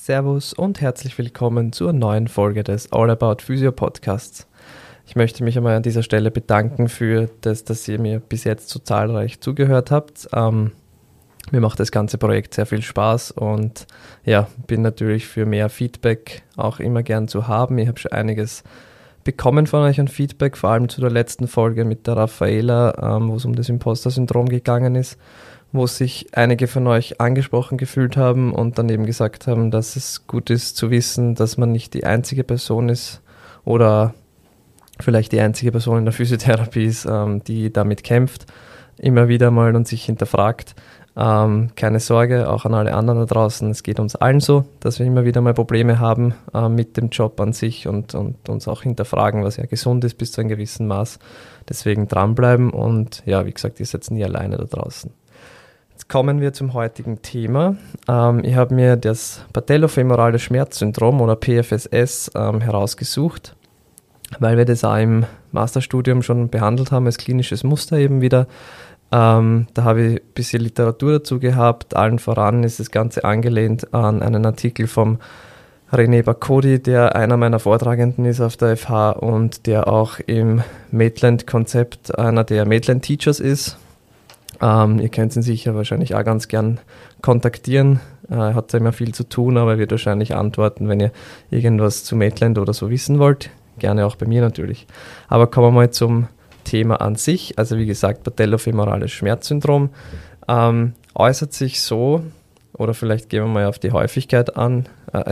Servus und herzlich willkommen zur neuen Folge des All About Physio Podcasts. Ich möchte mich einmal an dieser Stelle bedanken für das, dass ihr mir bis jetzt so zahlreich zugehört habt. Mir macht das ganze Projekt sehr viel Spaß und ja, bin natürlich für mehr Feedback auch immer gern zu haben. Ich habe schon einiges bekommen von euch an Feedback, vor allem zu der letzten Folge mit der Raffaela, wo es um das Imposter-Syndrom gegangen ist, wo sich einige von euch angesprochen gefühlt haben und dann eben gesagt haben, dass es gut ist zu wissen, dass man nicht die einzige Person ist oder vielleicht die einzige Person in der Physiotherapie ist, die damit kämpft, immer wieder mal und sich hinterfragt. Keine Sorge, auch an alle anderen da draußen, es geht uns allen so, dass wir immer wieder mal Probleme haben mit dem Job an sich und uns auch hinterfragen, was ja gesund ist bis zu einem gewissen Maß. Deswegen dranbleiben und ja, wie gesagt, ihr seid nie alleine da draußen. Jetzt kommen wir zum heutigen Thema. Ich habe mir das patellofemorale Schmerzsyndrom oder PFSS herausgesucht, weil wir das auch im Masterstudium schon behandelt haben als klinisches Muster eben wieder. Da habe ich ein bisschen Literatur dazu gehabt. Allen voran ist das Ganze angelehnt an einen Artikel vom René Bakodi, der einer meiner Vortragenden ist auf der FH und der auch im Maitland-Konzept einer der Maitland-Teachers ist. Ihr könnt ihn sicher wahrscheinlich auch ganz gern kontaktieren. Er hat ja immer viel zu tun, aber er wird wahrscheinlich antworten, wenn ihr irgendwas zu Maitland oder so wissen wollt. Gerne auch bei mir natürlich. Aber kommen wir mal zum Thema an sich. Also wie gesagt, patellofemorales Schmerzsyndrom äußert sich so, oder vielleicht gehen wir mal auf die Häufigkeit ein.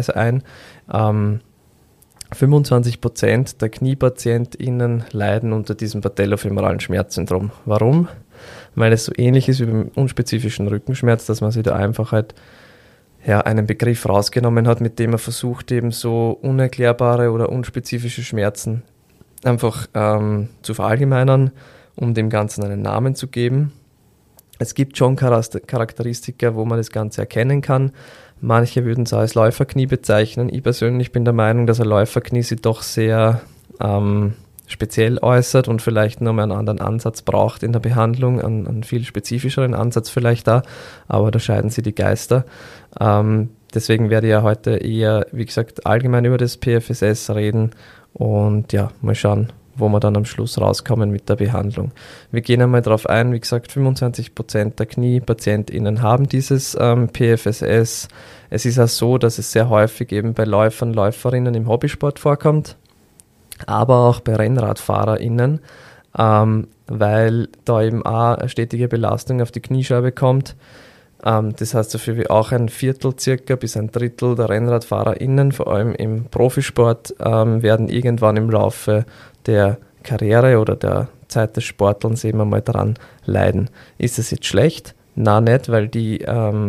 25% der KniepatientInnen leiden unter diesem patellofemoralen Schmerzsyndrom. Warum? Weil es so ähnlich ist wie beim unspezifischen Rückenschmerz, dass man sich da einfach halt einen Begriff rausgenommen hat, mit dem man versucht, eben so unerklärbare oder unspezifische Schmerzen einfach zu verallgemeinern, um dem Ganzen einen Namen zu geben. Es gibt schon Charakteristika, wo man das Ganze erkennen kann. Manche würden es als Läuferknie bezeichnen. Ich persönlich bin der Meinung, dass ein Läuferknie sich doch sehr speziell äußert und vielleicht noch mal einen anderen Ansatz braucht in der Behandlung, einen viel spezifischeren Ansatz vielleicht da, aber da scheiden sich die Geister. Deswegen werde ich ja heute eher, wie gesagt, allgemein über das PFSS reden und ja, mal schauen, wo wir dann am Schluss rauskommen mit der Behandlung. Wir gehen einmal darauf ein, wie gesagt, 25% der KniepatientInnen haben dieses PFSS. Es ist auch so, dass es sehr häufig eben bei Läufern, Läuferinnen im Hobbysport vorkommt, aber auch bei RennradfahrerInnen, weil da eben auch eine stetige Belastung auf die Kniescheibe kommt. Das heißt dafür wie auch ein Viertel circa bis ein Drittel der RennradfahrerInnen, vor allem im Profisport, werden irgendwann im Laufe der Karriere oder der Zeit des Sportelns eben einmal daran leiden. Ist das jetzt schlecht? Nein, nicht, weil die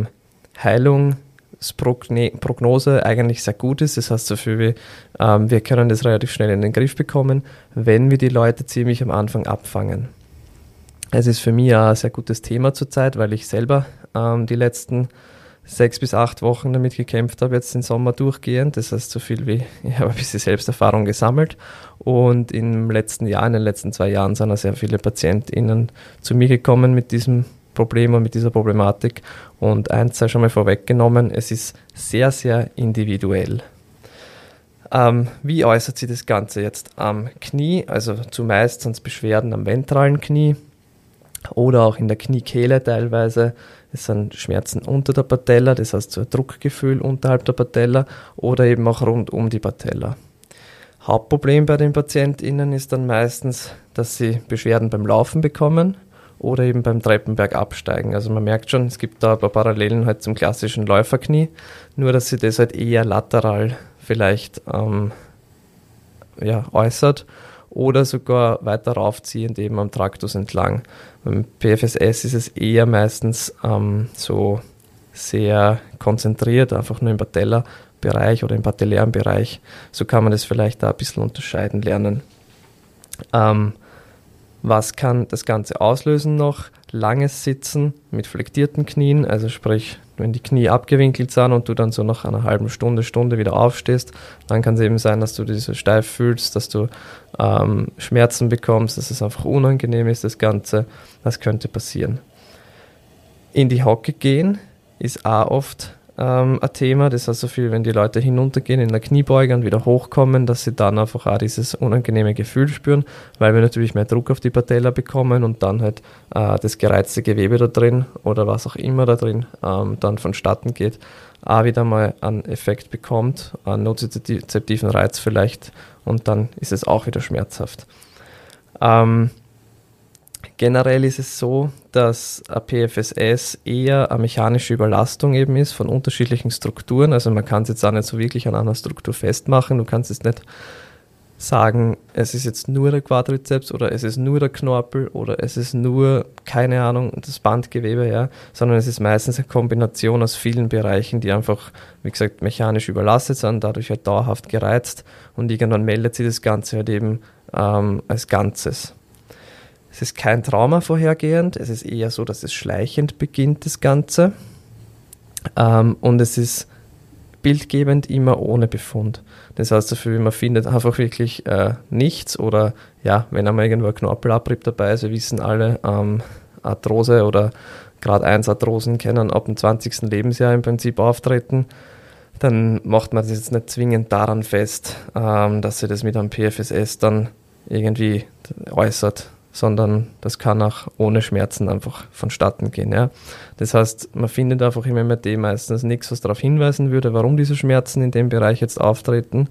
Heilungsprognose eigentlich sehr gut ist. Das heißt dafür wie, wir können das relativ schnell in den Griff bekommen, wenn wir die Leute ziemlich am Anfang abfangen. Es ist für mich auch ein sehr gutes Thema zurzeit, weil ich selber die letzten 6 bis 8 Wochen damit gekämpft habe, jetzt den Sommer durchgehend. Das heißt, so viel wie ich habe ein bisschen Selbsterfahrung gesammelt. Und in den letzten 2 Jahren sind auch sehr viele PatientInnen zu mir gekommen mit diesem Problem und mit dieser Problematik. Und eins sei schon mal vorweggenommen, es ist sehr, sehr individuell. Wie äußert sich das Ganze jetzt am Knie? Also zumeist sind es Beschwerden am ventralen Knie oder auch in der Kniekehle teilweise. Es sind Schmerzen unter der Patella, das heißt so ein Druckgefühl unterhalb der Patella oder eben auch rund um die Patella. Hauptproblem bei den PatientInnen ist dann meistens, dass sie Beschwerden beim Laufen bekommen oder eben beim Treppenberg absteigen. Also man merkt schon, es gibt da ein paar Parallelen halt zum klassischen Läuferknie, nur dass sie das halt eher lateral vielleicht äußert oder sogar weiter raufziehend eben am Traktus entlang. Beim PFSS ist es eher meistens so sehr konzentriert, einfach nur im Patella-Bereich oder im patellären Bereich. So kann man das vielleicht da ein bisschen unterscheiden lernen. Was kann das Ganze auslösen noch? Langes Sitzen mit flektierten Knien, also sprich, wenn die Knie abgewinkelt sind und du dann so nach einer halben Stunde wieder aufstehst, dann kann es eben sein, dass du dich so steif fühlst, dass du Schmerzen bekommst, dass es einfach unangenehm ist, das Ganze. Das könnte passieren. In die Hocke gehen ist auch oft ein Thema. Das heißt so viel, wenn die Leute hinuntergehen in der Kniebeuge und wieder hochkommen, dass sie dann einfach auch dieses unangenehme Gefühl spüren, weil wir natürlich mehr Druck auf die Patella bekommen und dann halt das gereizte Gewebe da drin oder was auch immer da drin dann vonstatten geht, auch wieder mal einen Effekt bekommt, einen nozizeptiven Reiz vielleicht, und dann ist es auch wieder schmerzhaft. Generell ist es so, dass ein PFSS eher eine mechanische Überlastung eben ist von unterschiedlichen Strukturen. Also man kann es jetzt auch nicht so wirklich an einer Struktur festmachen. Du kannst jetzt nicht sagen, es ist jetzt nur der Quadrizeps oder es ist nur der Knorpel oder es ist nur, keine Ahnung, das Bandgewebe, ja, sondern es ist meistens eine Kombination aus vielen Bereichen, die einfach, wie gesagt, mechanisch überlastet sind, dadurch halt dauerhaft gereizt, und irgendwann meldet sich das Ganze halt eben als Ganzes. Es ist kein Trauma vorhergehend, es ist eher so, dass es schleichend beginnt, das Ganze. Und es ist bildgebend immer ohne Befund. Das heißt dafür, man findet einfach wirklich nichts, oder ja, wenn einmal irgendwo ein Knorpelabrieb dabei ist, wir wissen alle, Arthrose oder Grad 1 Arthrosen können ab dem 20. Lebensjahr im Prinzip auftreten, dann macht man das jetzt nicht zwingend daran fest, dass sich das mit einem PFSS dann irgendwie äußert, sondern das kann auch ohne Schmerzen einfach vonstatten gehen. Ja. Das heißt, man findet einfach im MRT meistens nichts, was darauf hinweisen würde, warum diese Schmerzen in dem Bereich jetzt auftreten,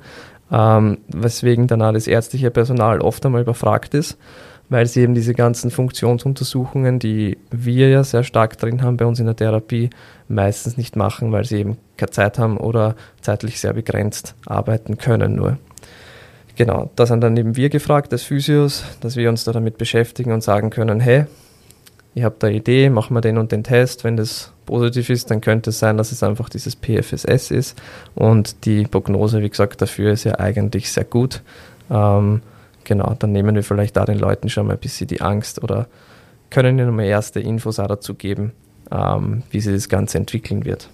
weswegen dann auch das ärztliche Personal oft einmal überfragt ist, weil sie eben diese ganzen Funktionsuntersuchungen, die wir ja sehr stark drin haben bei uns in der Therapie, meistens nicht machen, weil sie eben keine Zeit haben oder zeitlich sehr begrenzt arbeiten können nur. Genau, da sind dann eben wir gefragt als Physios, dass wir uns da damit beschäftigen und sagen können, hey, ich habe da eine Idee, machen wir den und den Test. Wenn das positiv ist, dann könnte es sein, dass es einfach dieses PFSS ist. Und die Prognose, wie gesagt, dafür ist ja eigentlich sehr gut. Genau, dann nehmen wir vielleicht da den Leuten schon mal ein bisschen die Angst oder können ihnen mal erste Infos auch dazu geben, wie sich das Ganze entwickeln wird.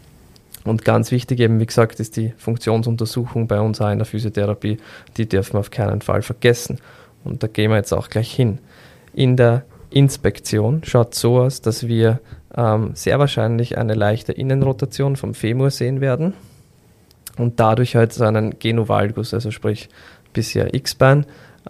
Und ganz wichtig eben, wie gesagt, ist die Funktionsuntersuchung bei uns auch in der Physiotherapie. Die dürfen wir auf keinen Fall vergessen. Und da gehen wir jetzt auch gleich hin. In der Inspektion schaut es so aus, dass wir sehr wahrscheinlich eine leichte Innenrotation vom Femur sehen werden und dadurch halt so einen Genu-Valgus, also sprich bisher X-Bein.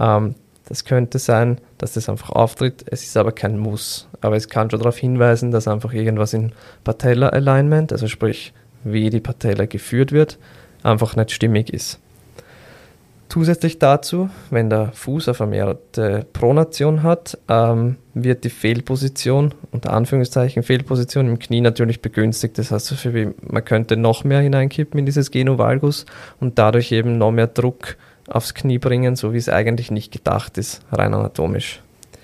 Das könnte sein, dass das einfach auftritt. Es ist aber kein Muss. Aber es kann schon darauf hinweisen, dass einfach irgendwas in Patella-Alignment, also sprich wie die Patella geführt wird, einfach nicht stimmig ist. Zusätzlich dazu, wenn der Fuß eine vermehrte Pronation hat, wird die Fehlposition, unter Anführungszeichen Fehlposition im Knie natürlich begünstigt. Das heißt, man könnte noch mehr hineinkippen in dieses Genu valgus und dadurch eben noch mehr Druck aufs Knie bringen, so wie es eigentlich nicht gedacht ist, rein anatomisch.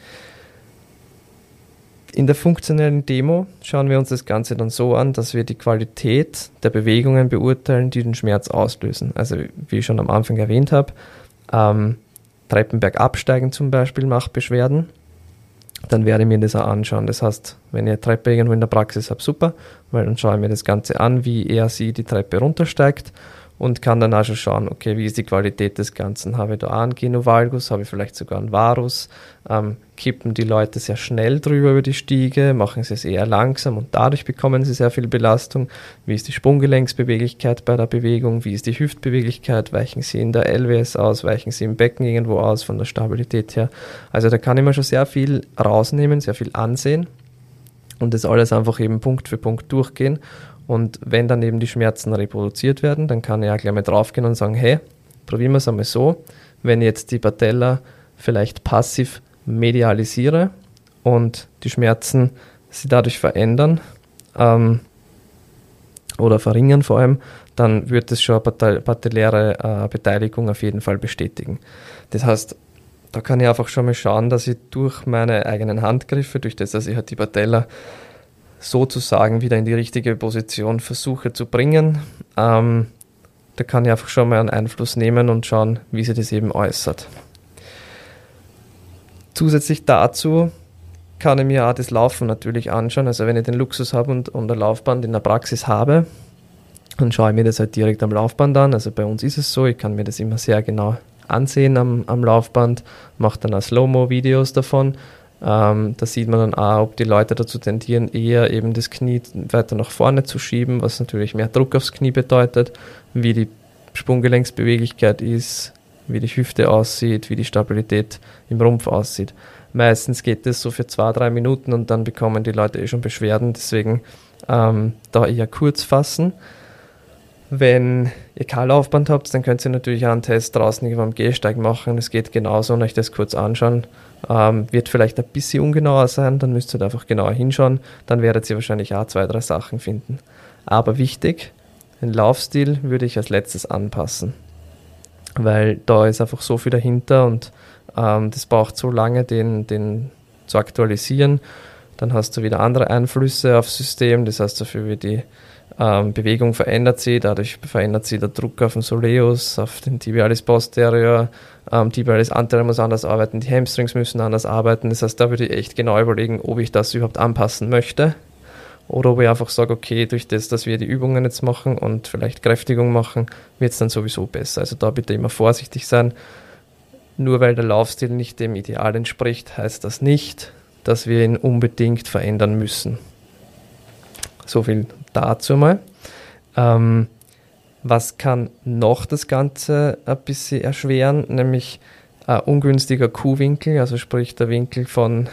In der funktionellen Demo schauen wir uns das Ganze dann so an, dass wir die Qualität der Bewegungen beurteilen, die den Schmerz auslösen. Also wie ich schon am Anfang erwähnt habe, Treppenberg absteigen zum Beispiel macht Beschwerden, dann werde ich mir das auch anschauen. Das heißt, wenn ich eine Treppe irgendwo in der Praxis habe, super, weil dann schaue ich mir das Ganze an, wie er sie die Treppe runtersteigt und kann dann auch schon schauen, okay, wie ist die Qualität des Ganzen? Habe ich da einen Genu valgus, habe ich vielleicht sogar einen Varus? Kippen die Leute sehr schnell drüber über die Stiege, machen sie es eher langsam und dadurch bekommen sie sehr viel Belastung? Wie ist die Sprunggelenksbeweglichkeit bei der Bewegung? Wie ist die Hüftbeweglichkeit? Weichen sie in der LWS aus? Weichen sie im Becken irgendwo aus von der Stabilität her? Also da kann ich mir schon sehr viel rausnehmen, sehr viel ansehen und das alles einfach eben Punkt für Punkt durchgehen. Und wenn dann eben die Schmerzen reproduziert werden, dann kann ich auch gleich mal draufgehen und sagen, hey, probieren wir es einmal so, wenn ich jetzt die Patella vielleicht passiv medialisiere und die Schmerzen sich dadurch verändern oder verringern vor allem, dann wird es schon eine patelläre Beteiligung auf jeden Fall bestätigen. Das heißt, da kann ich einfach schon mal schauen, dass ich durch meine eigenen Handgriffe, durch das, dass ich halt die Patella sozusagen wieder in die richtige Position versuche zu bringen. Da kann ich einfach schon mal einen Einfluss nehmen und schauen, wie sich das eben äußert. Zusätzlich dazu kann ich mir auch das Laufen natürlich anschauen. Also wenn ich den Luxus habe und ein Laufband in der Praxis habe, dann schaue ich mir das halt direkt am Laufband an. Also bei uns ist es so, ich kann mir das immer sehr genau ansehen am Laufband, mache dann auch Slow-Mo-Videos davon. Da sieht man dann auch, ob die Leute dazu tendieren, eher eben das Knie weiter nach vorne zu schieben, was natürlich mehr Druck aufs Knie bedeutet, wie die Sprunggelenksbeweglichkeit ist, wie die Hüfte aussieht, wie die Stabilität im Rumpf aussieht. Meistens geht das so für 2-3 Minuten und dann bekommen die Leute schon Beschwerden, deswegen da eher kurz fassen. Wenn ihr kein Laufband habt, dann könnt ihr natürlich auch einen Test draußen über am Gehsteig machen. Das geht genauso und euch das kurz anschauen. Wird vielleicht ein bisschen ungenauer sein, dann müsst ihr einfach genauer hinschauen. Dann werdet ihr wahrscheinlich auch 2-3 Sachen finden. Aber wichtig, den Laufstil würde ich als letztes anpassen. Weil da ist einfach so viel dahinter und das braucht so lange, den zu aktualisieren. Dann hast du wieder andere Einflüsse aufs System, das heißt dafür wird die Bewegung verändert sich, dadurch verändert sich der Druck auf den Soleus, auf den Tibialis posterior, Tibialis anterior muss anders arbeiten, die Hamstrings müssen anders arbeiten, das heißt, da würde ich echt genau überlegen, ob ich das überhaupt anpassen möchte oder ob ich einfach sage, okay, durch das, dass wir die Übungen jetzt machen und vielleicht Kräftigung machen, wird es dann sowieso besser. Also da bitte immer vorsichtig sein. Nur weil der Laufstil nicht dem Ideal entspricht, heißt das nicht, dass wir ihn unbedingt verändern müssen. So viel dazu mal. Was kann noch das Ganze ein bisschen erschweren? Nämlich ein ungünstiger Q-Winkel, also sprich der Winkel von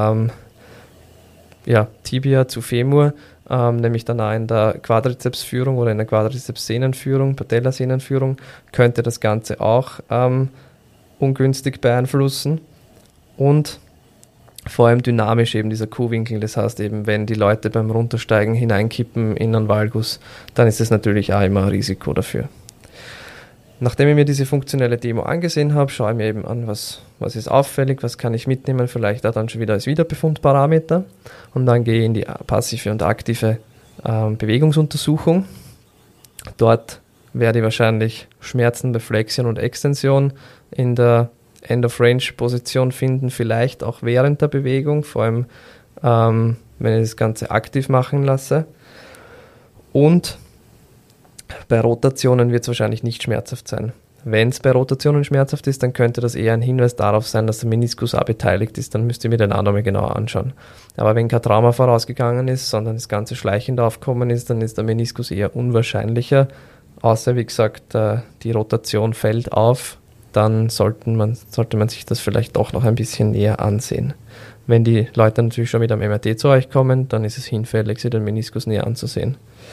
Tibia zu Femur, nämlich dann auch in der Quadrizepsführung oder in der Quadrizepssehnenführung, Patellasehnenführung, könnte das Ganze auch ungünstig beeinflussen. Und vor allem dynamisch eben dieser Q-Winkel, das heißt eben, wenn die Leute beim Runtersteigen hineinkippen in einen Valgus, dann ist es natürlich auch immer ein Risiko dafür. Nachdem ich mir diese funktionelle Demo angesehen habe, schaue ich mir eben an, was ist auffällig, was kann ich mitnehmen, vielleicht auch dann schon wieder als Wiederbefundparameter und dann gehe ich in die passive und aktive Bewegungsuntersuchung. Dort werde ich wahrscheinlich Schmerzen bei Flexion und Extension in der End-of-Range-Position finden, vielleicht auch während der Bewegung, vor allem wenn ich das Ganze aktiv machen lasse. Und bei Rotationen wird es wahrscheinlich nicht schmerzhaft sein. Wenn es bei Rotationen schmerzhaft ist, dann könnte das eher ein Hinweis darauf sein, dass der Meniskus auch beteiligt ist. Dann müsst ihr mir den auch nochmal genauer anschauen. Aber wenn kein Trauma vorausgegangen ist, sondern das Ganze schleichend aufgekommen ist, dann ist der Meniskus eher unwahrscheinlicher. Außer, wie gesagt, die Rotation fällt auf, dann sollte man sich das vielleicht doch noch ein bisschen näher ansehen. Wenn die Leute natürlich schon mit einem MRT zu euch kommen, dann ist es hinfällig, sich den Meniskus näher anzusehen.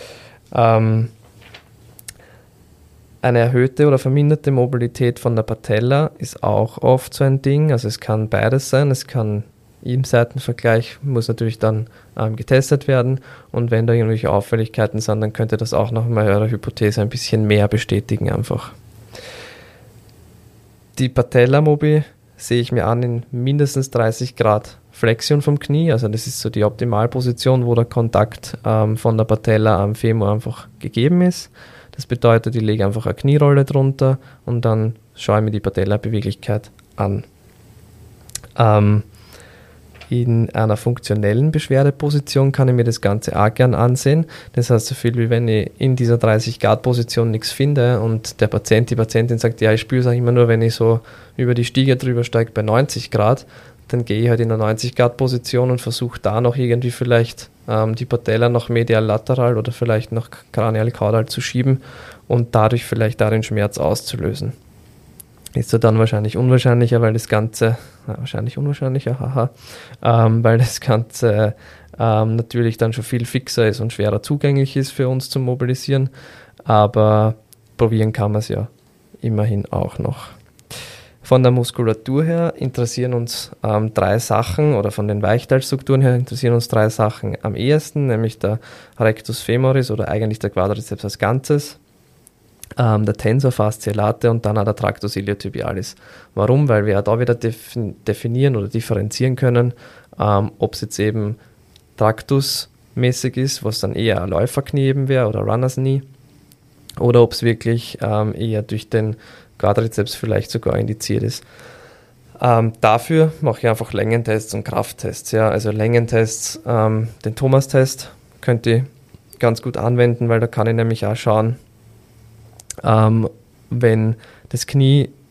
Eine erhöhte oder verminderte Mobilität von der Patella ist auch oft so ein Ding. Also es kann beides sein. Es kann im Seitenvergleich, muss natürlich dann getestet werden. Und wenn da irgendwelche Auffälligkeiten sind, dann könnte das auch nochmal eure Hypothese ein bisschen mehr bestätigen einfach. Die Patella-Mobi sehe ich mir an in mindestens 30 Grad Flexion vom Knie. Also das ist so die Optimalposition, wo der Kontakt von der Patella am Femur einfach gegeben ist. Das bedeutet, ich lege einfach eine Knierolle drunter und dann schaue ich mir die Patella-Beweglichkeit an. In einer funktionellen Beschwerdeposition kann ich mir das Ganze auch gern ansehen. Das heißt, so viel wie wenn ich in dieser 30-Grad-Position nichts finde und die Patientin sagt, ja, ich spüre es auch immer nur, wenn ich so über die Stiege drüber steige bei 90 Grad, dann gehe ich halt in eine 90-Grad-Position und versuche da noch irgendwie vielleicht die Patella noch medial-lateral oder vielleicht noch kranial-kaudal zu schieben und dadurch vielleicht da den Schmerz auszulösen. Ist so dann wahrscheinlich unwahrscheinlicher, weil das Ganze, weil das Ganze natürlich dann schon viel fixer ist und schwerer zugänglich ist für uns zum Mobilisieren, aber probieren kann man es ja immerhin auch noch. Von der Muskulatur her interessieren uns 3 Sachen, oder von den Weichteilstrukturen her interessieren uns 3 Sachen am ehesten, nämlich der Rectus femoris oder eigentlich der Quadrizeps als Ganzes, der Tensor fasciae latae und dann auch der Tractus iliotibialis. Warum? Weil wir auch da wieder definieren oder differenzieren können, ob es jetzt eben Tractus-mäßig ist, was dann eher ein Läuferknie eben wäre oder Runners Knee, oder ob es wirklich eher durch den Quadrizeps vielleicht sogar indiziert ist. Dafür mache ich einfach Längentests und Krafttests. Ja. Also Längentests, den Thomas-Test könnt ihr ganz gut anwenden, weil da kann ich nämlich auch schauen, wenn das Knie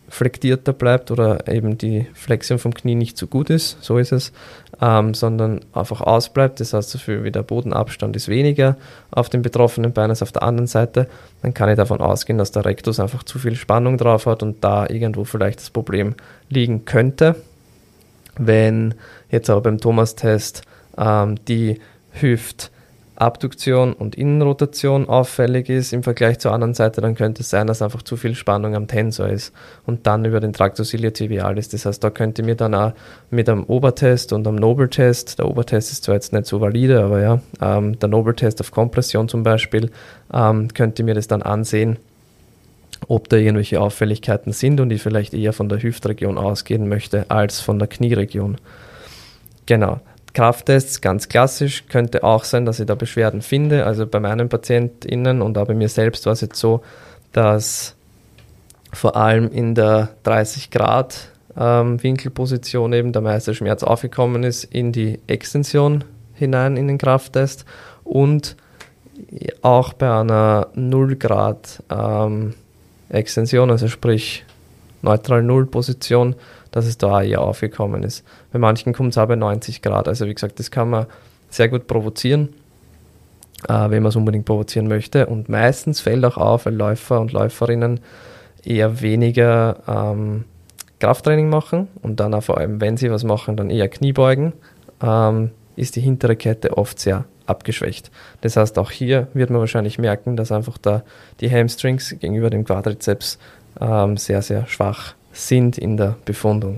flektierter bleibt oder eben die Flexion vom Knie nicht so gut ist, so ist es, sondern einfach ausbleibt. Das heißt, dafür wie der Bodenabstand ist weniger auf dem betroffenen Bein als auf der anderen Seite. Dann kann ich davon ausgehen, dass der Rectus einfach zu viel Spannung drauf hat und da irgendwo vielleicht das Problem liegen könnte. Wenn jetzt aber beim Thomas-Test die Hüftabduktion und Innenrotation auffällig ist im Vergleich zur anderen Seite, dann könnte es sein, dass einfach zu viel Spannung am Tensor ist und dann über den Tractus iliotibialis. Das heißt, da könnte mir dann auch mit einem Obertest und einem Nobel-Test, der Obertest ist zwar jetzt nicht so valide, aber ja, der Nobel-Test auf Kompression zum Beispiel, könnte mir das dann ansehen, ob da irgendwelche Auffälligkeiten sind und ich vielleicht eher von der Hüftregion ausgehen möchte als von der Knieregion. Genau. Krafttests, ganz klassisch, könnte auch sein, dass ich da Beschwerden finde. Also bei meinen PatientInnen und auch bei mir selbst war es jetzt so, dass vor allem in der 30 Grad Winkelposition eben der meiste Schmerz aufgekommen ist in die Extension hinein in den Krafttest und auch bei einer 0 Grad Extension, also sprich neutral Null Position, dass es da eher aufgekommen ist. Bei manchen kommt es auch bei 90 Grad. Also wie gesagt, das kann man sehr gut provozieren, wenn man es unbedingt provozieren möchte. Und meistens fällt auch auf, weil Läufer und Läuferinnen eher weniger Krafttraining machen und dann auch vor allem, wenn sie was machen, dann eher Kniebeugen, ist die hintere Kette oft sehr abgeschwächt. Das heißt, auch hier wird man wahrscheinlich merken, dass einfach da die Hamstrings gegenüber dem Quadrizeps sehr, sehr schwach sind in der Befundung.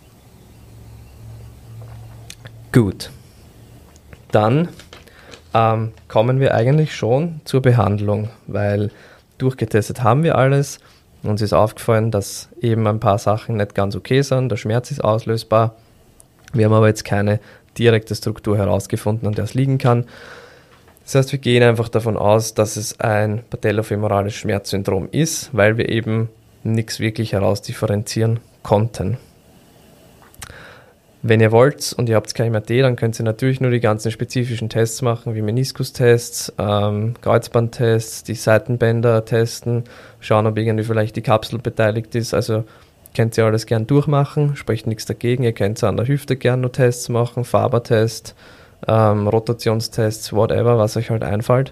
Gut, dann kommen wir eigentlich schon zur Behandlung, weil durchgetestet haben wir alles. Uns ist aufgefallen, dass eben ein paar Sachen nicht ganz okay sind, der Schmerz ist auslösbar. Wir haben aber jetzt keine direkte Struktur herausgefunden, an der es liegen kann. Das heißt, wir gehen einfach davon aus, dass es ein patellofemorales Schmerzsyndrom ist, weil wir eben nichts wirklich herausdifferenzieren konnten. Wenn ihr wollt und ihr habt kein MRT, dann könnt ihr natürlich nur die ganzen spezifischen Tests machen, wie Meniskustests, Kreuzbandtests, die Seitenbänder testen, schauen, ob irgendwie vielleicht die Kapsel beteiligt ist. Also könnt ihr alles gern durchmachen, spricht nichts dagegen. Ihr könnt an der Hüfte gern nur Tests machen, Faber-Test, Rotationstests, whatever, was euch halt einfällt.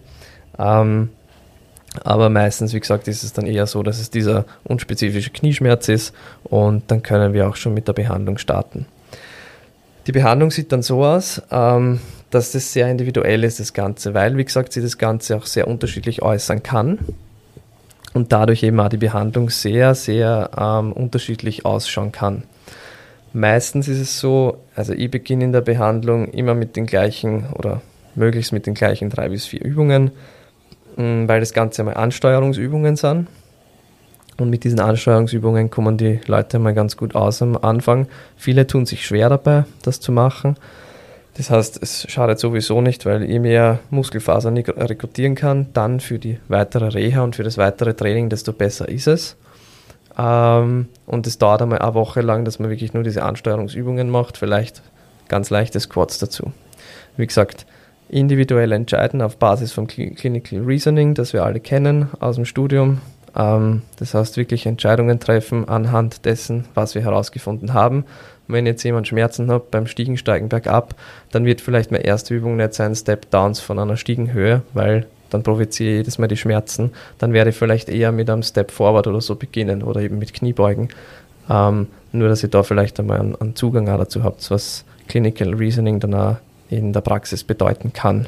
Aber meistens, wie gesagt, ist es dann eher so, dass es dieser unspezifische Knieschmerz ist und dann können wir auch schon mit der Behandlung starten. Die Behandlung sieht dann so aus, dass das sehr individuell ist, das Ganze, weil, wie gesagt, sich das Ganze auch sehr unterschiedlich äußern kann und dadurch eben auch die Behandlung sehr, sehr unterschiedlich ausschauen kann. Meistens ist es so, also ich beginne in der Behandlung immer mit den gleichen oder möglichst mit den gleichen 3 bis 4 Übungen, weil das Ganze einmal Ansteuerungsübungen sind. Und mit diesen Ansteuerungsübungen kommen die Leute mal ganz gut aus am Anfang. Viele tun sich schwer dabei, das zu machen. Das heißt, es schadet sowieso nicht, weil je mehr Muskelfasern ich rekrutieren kann, dann für die weitere Reha und für das weitere Training, desto besser ist es. Und es dauert einmal eine Woche lang, dass man wirklich nur diese Ansteuerungsübungen macht, vielleicht ganz leichte Squats dazu. Wie gesagt, individuell entscheiden auf Basis vom Clinical Reasoning, das wir alle kennen aus dem Studium. Das heißt, wirklich Entscheidungen treffen anhand dessen, was wir herausgefunden haben. Wenn jetzt jemand Schmerzen hat beim Steigen bergab, dann wird vielleicht meine erste Übung nicht sein Step-Downs von einer Stiegenhöhe, weil dann provoziere ich jedes Mal die Schmerzen. Dann werde ich vielleicht eher mit einem Step Forward oder so beginnen oder eben mit Kniebeugen. Nur, dass ihr da vielleicht einmal einen Zugang auch dazu habt, was Clinical Reasoning dann auch in der Praxis bedeuten kann.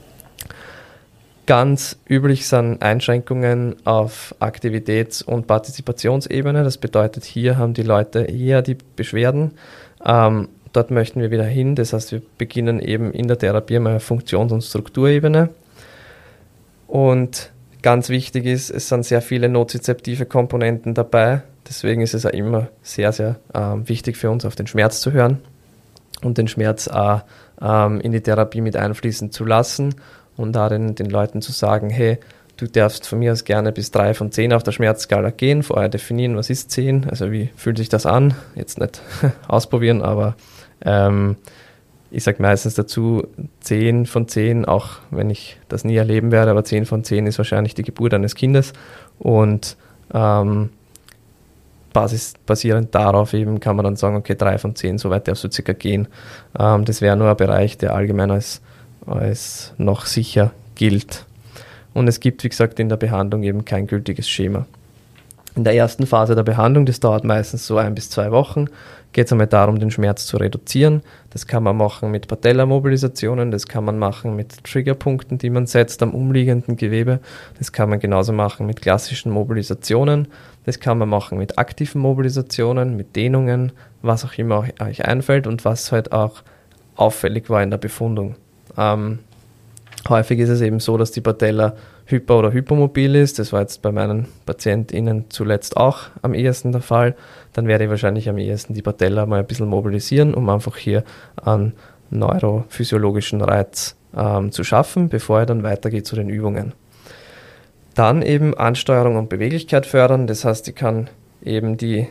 Ganz üblich sind Einschränkungen auf Aktivitäts- und Partizipationsebene. Das bedeutet, hier haben die Leute eher die Beschwerden. Dort möchten wir wieder hin. Das heißt, wir beginnen eben in der Therapie mal auf Funktions- und Strukturebene. Und ganz wichtig ist, es sind sehr viele nozizeptive Komponenten dabei. Deswegen ist es auch immer sehr, sehr wichtig für uns, auf den Schmerz zu hören und den Schmerz auch in die Therapie mit einfließen zu lassen. Und da den Leuten zu sagen, hey, du darfst von mir aus gerne bis 3 von 10 auf der Schmerzskala gehen, vorher definieren, was ist 10, also wie fühlt sich das an, jetzt nicht ausprobieren, aber ich sage meistens dazu 10 von 10, auch wenn ich das nie erleben werde, aber 10 von 10 ist wahrscheinlich die Geburt eines Kindes und basierend darauf eben kann man dann sagen, okay, 3 von 10, so weit darfst du circa gehen. Das wäre nur ein Bereich, der allgemein als noch sicher gilt. Und es gibt, wie gesagt, in der Behandlung eben kein gültiges Schema. In der ersten Phase der Behandlung, das dauert meistens so 1 bis 2 Wochen, geht es einmal darum, den Schmerz zu reduzieren. Das kann man machen mit Patella-Mobilisationen, das kann man machen mit Triggerpunkten, die man setzt am umliegenden Gewebe. Das kann man genauso machen mit klassischen Mobilisationen. Das kann man machen mit aktiven Mobilisationen, mit Dehnungen, was auch immer euch einfällt und was halt auch auffällig war in der Befundung. Häufig ist es eben so, dass die Patella hyper- oder hypomobil ist. Das war jetzt bei meinen PatientInnen zuletzt auch am ehesten der Fall. Dann werde ich wahrscheinlich am ehesten die Patella mal ein bisschen mobilisieren, um einfach hier einen neurophysiologischen Reiz zu schaffen, bevor er dann weitergeht zu den Übungen. Dann eben Ansteuerung und Beweglichkeit fördern. Das heißt, ich kann eben die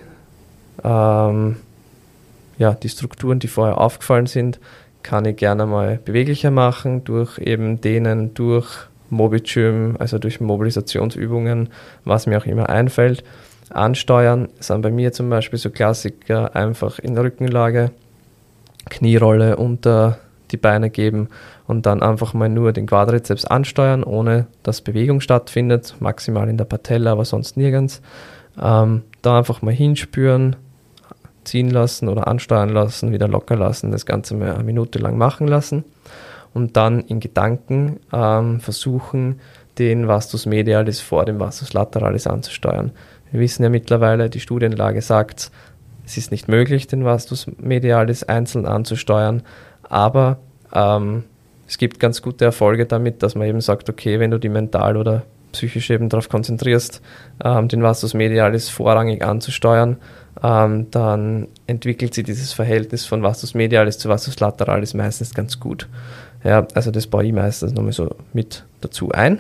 Strukturen, die vorher aufgefallen sind, kann ich gerne mal beweglicher machen durch eben Dehnen, durch Mobi-Gym, also durch Mobilisationsübungen, was mir auch immer einfällt. Ansteuern sind bei mir zum Beispiel so Klassiker, einfach in der Rückenlage, Knierolle unter die Beine geben und dann einfach mal nur den Quadrizeps ansteuern, ohne dass Bewegung stattfindet, maximal in der Patella, aber sonst nirgends. Da einfach mal hinspüren, ziehen lassen oder ansteuern lassen, wieder locker lassen, das Ganze mal 1 Minute lang machen lassen und dann in Gedanken versuchen, den Vastus medialis vor dem Vastus lateralis anzusteuern. Wir wissen ja mittlerweile, die Studienlage sagt, es ist nicht möglich, den Vastus medialis einzeln anzusteuern, aber es gibt ganz gute Erfolge damit, dass man eben sagt, okay, wenn du die mental oder psychisch eben darauf konzentrierst, den Vastus medialis vorrangig anzusteuern, dann entwickelt sich dieses Verhältnis von Vastus medialis zu Vastus lateralis meistens ganz gut. Ja, also das baue ich meistens nochmal so mit dazu ein.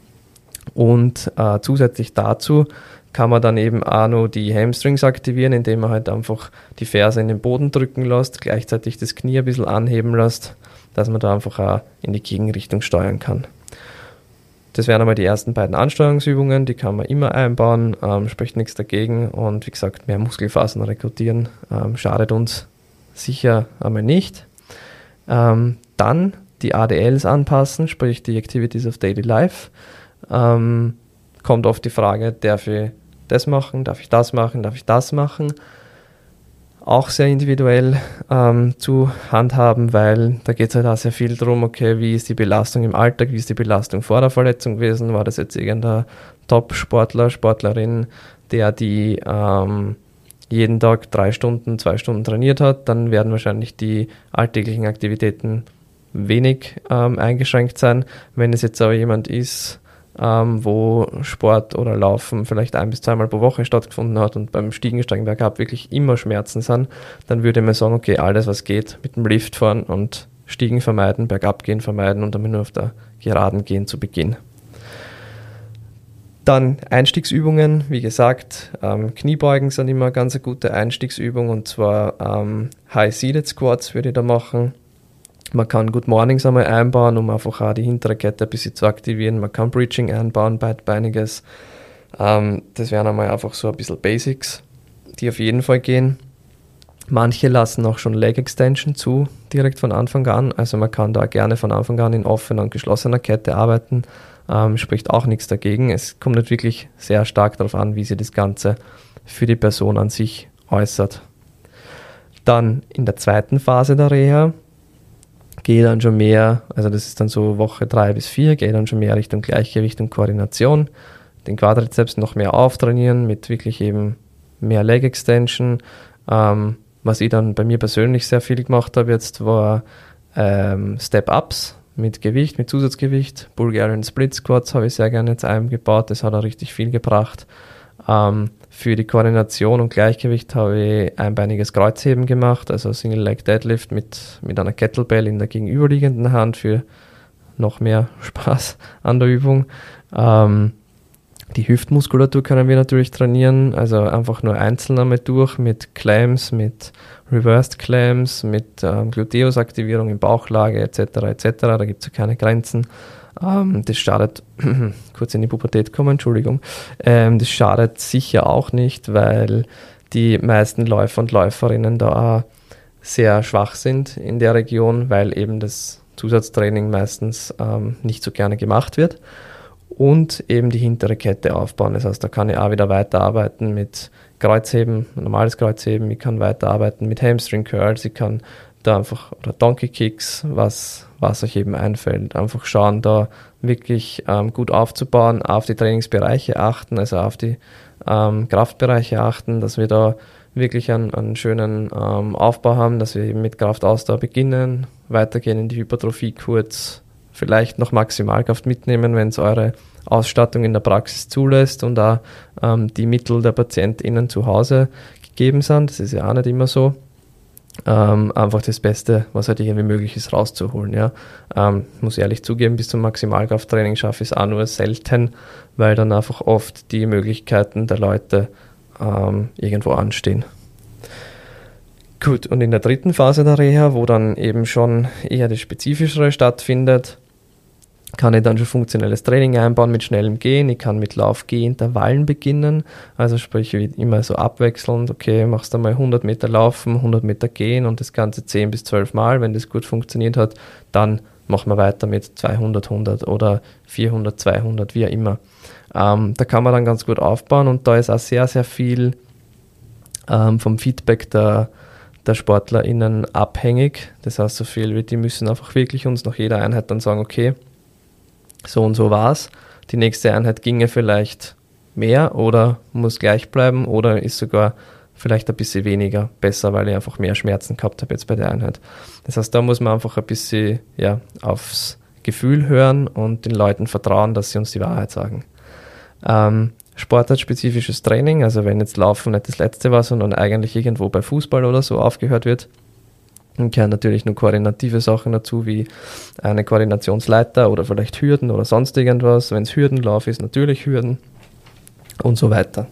Und zusätzlich dazu kann man dann eben auch noch die Hamstrings aktivieren, indem man halt einfach die Ferse in den Boden drücken lässt, gleichzeitig das Knie ein bisschen anheben lässt, dass man da einfach auch in die Gegenrichtung steuern kann. Das wären einmal die ersten beiden Ansteuerungsübungen, die kann man immer einbauen, spricht nichts dagegen und wie gesagt, mehr Muskelfasern rekrutieren schadet uns sicher einmal nicht. Dann die ADLs anpassen, sprich die Activities of Daily Life. Kommt oft die Frage, darf ich das machen, darf ich das machen, darf ich das machen? Auch sehr individuell zu handhaben, weil da geht es halt auch sehr viel darum, okay, wie ist die Belastung im Alltag, wie ist die Belastung vor der Verletzung gewesen, war das jetzt irgendein Top-Sportler, Sportlerin, der die jeden Tag 3 Stunden, 2 Stunden trainiert hat, dann werden wahrscheinlich die alltäglichen Aktivitäten wenig eingeschränkt sein. Wenn es jetzt aber jemand ist, wo Sport oder Laufen vielleicht 1 bis 2 Mal pro Woche stattgefunden hat und beim Steigen bergab wirklich immer Schmerzen sind, dann würde ich mir sagen, okay, alles was geht, mit dem Lift fahren und Stiegen vermeiden, bergab gehen vermeiden und damit nur auf der Geraden gehen zu Beginn. Dann Einstiegsübungen, wie gesagt, Kniebeugen sind immer ganz eine gute Einstiegsübung und zwar High-Seated Squats würde ich da machen. Man kann Good Mornings einmal einbauen, um einfach auch die hintere Kette ein bisschen zu aktivieren. Man kann Bridging einbauen, beidbeiniges. Das wären einmal einfach so ein bisschen Basics, die auf jeden Fall gehen. Manche lassen auch schon Leg Extension zu, direkt von Anfang an. Also man kann da gerne von Anfang an in offener und geschlossener Kette arbeiten. Spricht auch nichts dagegen. Es kommt nicht wirklich sehr stark darauf an, wie sich das Ganze für die Person an sich äußert. Dann in der zweiten Phase der Reha gehe dann schon mehr, also das ist dann so Woche 3 bis 4, gehe dann schon mehr Richtung Gleichgewicht und Koordination, den Quadrizeps noch mehr auftrainieren mit wirklich eben mehr Leg Extension. Was ich dann bei mir persönlich sehr viel gemacht habe jetzt war Step-Ups mit Gewicht, mit Zusatzgewicht. Bulgarian Split Squats habe ich sehr gerne jetzt eingebaut, das hat auch richtig viel gebracht. Für die Koordination und Gleichgewicht habe ich einbeiniges Kreuzheben gemacht, also Single Leg Deadlift mit einer Kettlebell in der gegenüberliegenden Hand für noch mehr Spaß an der Übung. Die Hüftmuskulatur können wir natürlich trainieren, also einfach nur einzeln einmal durch mit Clams, mit Reversed Clams, mit Gluteusaktivierung in Bauchlage etc. Da gibt es ja keine Grenzen. Das schadet, kurz in die Pubertät kommen, Entschuldigung, das schadet sicher auch nicht, weil die meisten Läufer und Läuferinnen da auch sehr schwach sind in der Region, weil eben das Zusatztraining meistens nicht so gerne gemacht wird. Und eben die hintere Kette aufbauen. Das heißt, da kann ich auch wieder weiterarbeiten mit Kreuzheben, normales Kreuzheben. Ich kann weiterarbeiten mit Hamstring Curls. Ich kann da einfach, oder Donkey Kicks, was euch eben einfällt. Einfach schauen, da wirklich gut aufzubauen, auf die Trainingsbereiche achten, also auf die Kraftbereiche achten, dass wir da wirklich einen schönen Aufbau haben, dass wir eben mit Kraftausdauer beginnen, weitergehen in die Hypertrophie kurz, vielleicht noch Maximalkraft mitnehmen, wenn es eure Ausstattung in der Praxis zulässt und auch die Mittel der PatientInnen zu Hause gegeben sind. Das ist ja auch nicht immer so. Einfach das Beste, was halt irgendwie möglich ist, rauszuholen. Ja. Muss ehrlich zugeben, bis zum Maximalkrafttraining schaffe ich es auch nur selten, weil dann einfach oft die Möglichkeiten der Leute irgendwo anstehen. Gut, und in der dritten Phase der Reha, wo dann eben schon eher das Spezifischere stattfindet, kann ich dann schon funktionelles Training einbauen mit schnellem Gehen. Ich kann mit Lauf-Geh-Intervallen beginnen, also sprich immer so abwechselnd, okay, machst du mal 100 Meter laufen, 100 Meter gehen und das Ganze 10 bis 12 Mal. Wenn das gut funktioniert hat, dann machen wir weiter mit 200, 100 oder 400, 200, wie auch immer. Da kann man dann ganz gut aufbauen und da ist auch sehr, sehr viel vom Feedback der SportlerInnen abhängig. Das heißt, so viel wie die müssen einfach wirklich uns nach jeder Einheit dann sagen, okay, so und so war's. Die nächste Einheit ginge vielleicht mehr oder muss gleich bleiben oder ist sogar vielleicht ein bisschen weniger besser, weil ich einfach mehr Schmerzen gehabt habe jetzt bei der Einheit. Das heißt, da muss man einfach ein bisschen aufs Gefühl hören und den Leuten vertrauen, dass sie uns die Wahrheit sagen. Sportartspezifisches Training, also wenn jetzt Laufen nicht das Letzte war, sondern eigentlich irgendwo bei Fußball oder so aufgehört wird, dann gehören natürlich nur koordinative Sachen dazu, wie eine Koordinationsleiter oder vielleicht Hürden oder sonst irgendwas. Wenn es Hürdenlauf ist, natürlich Hürden und so weiter.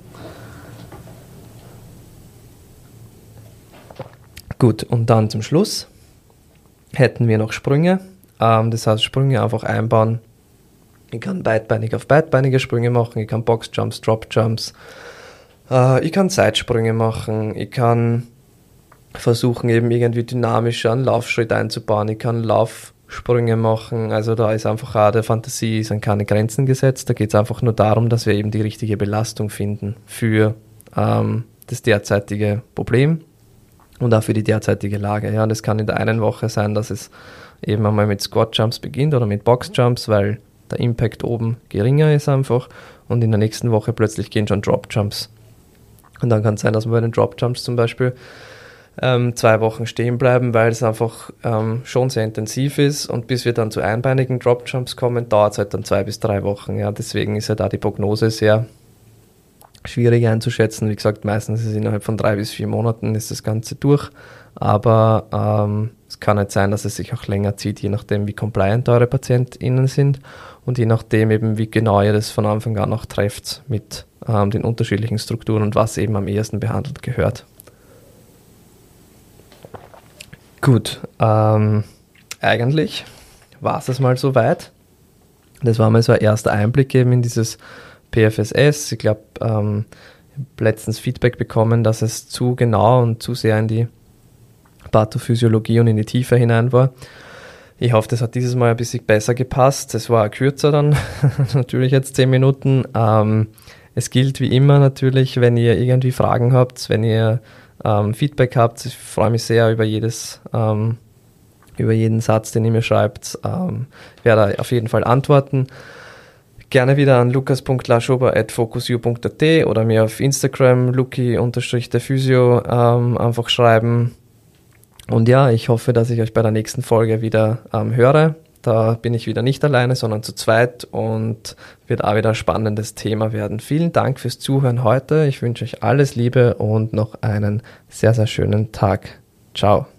Gut, und dann zum Schluss hätten wir noch Sprünge. Das heißt, Sprünge einfach einbauen. Ich kann beidbeinig auf beidbeinige Sprünge machen, ich kann Boxjumps, Dropjumps, ich kann Seitsprünge machen, ich kann versuchen eben irgendwie dynamischer einen Laufschritt einzubauen, ich kann Laufsprünge machen, also da ist einfach auch der Fantasie, sind keine Grenzen gesetzt, da geht es einfach nur darum, dass wir eben die richtige Belastung finden für das derzeitige Problem und auch für die derzeitige Lage. Ja, das kann in der einen Woche sein, dass es eben einmal mit Squat-Jumps beginnt oder mit Box-Jumps, weil der Impact oben geringer ist einfach und in der nächsten Woche plötzlich gehen schon Drop-Jumps. Und dann kann es sein, dass wir bei den Drop-Jumps zum Beispiel 2 Wochen stehen bleiben, weil es einfach schon sehr intensiv ist und bis wir dann zu einbeinigen Drop-Jumps kommen, dauert es halt dann 2 bis 3 Wochen. Ja. Deswegen ist ja da die Prognose sehr schwierig einzuschätzen. Wie gesagt, meistens ist es innerhalb von 3 bis 4 Monaten ist das Ganze durch, aber es kann halt sein, dass es sich auch länger zieht, je nachdem, wie compliant eure PatientInnen sind und je nachdem eben, wie genau ihr das von Anfang an auch trefft mit den unterschiedlichen Strukturen und was eben am ehesten behandelt gehört. Gut, eigentlich war es das mal soweit. Das war mal so ein erster Einblick eben in dieses PFSS. Ich glaube, ich habe letztens Feedback bekommen, dass es zu genau und zu sehr in die Pathophysiologie und in die Tiefe hinein war. Ich hoffe, das hat dieses Mal ein bisschen besser gepasst. Es war kürzer dann, natürlich jetzt 10 Minuten. Es gilt wie immer natürlich, wenn ihr irgendwie Fragen habt, wenn ihr Feedback habt. Ich freue mich sehr über jeden Satz, den ihr mir schreibt. Ich werde auf jeden Fall antworten. Gerne wieder an lukas.laschober@focusu.at oder mir auf Instagram luki_der-physio einfach schreiben. Und ja, ich hoffe, dass ich euch bei der nächsten Folge wieder höre. Da bin ich wieder nicht alleine, sondern zu zweit und wird auch wieder ein spannendes Thema werden. Vielen Dank fürs Zuhören heute. Ich wünsche euch alles Liebe und noch einen sehr, sehr schönen Tag. Ciao.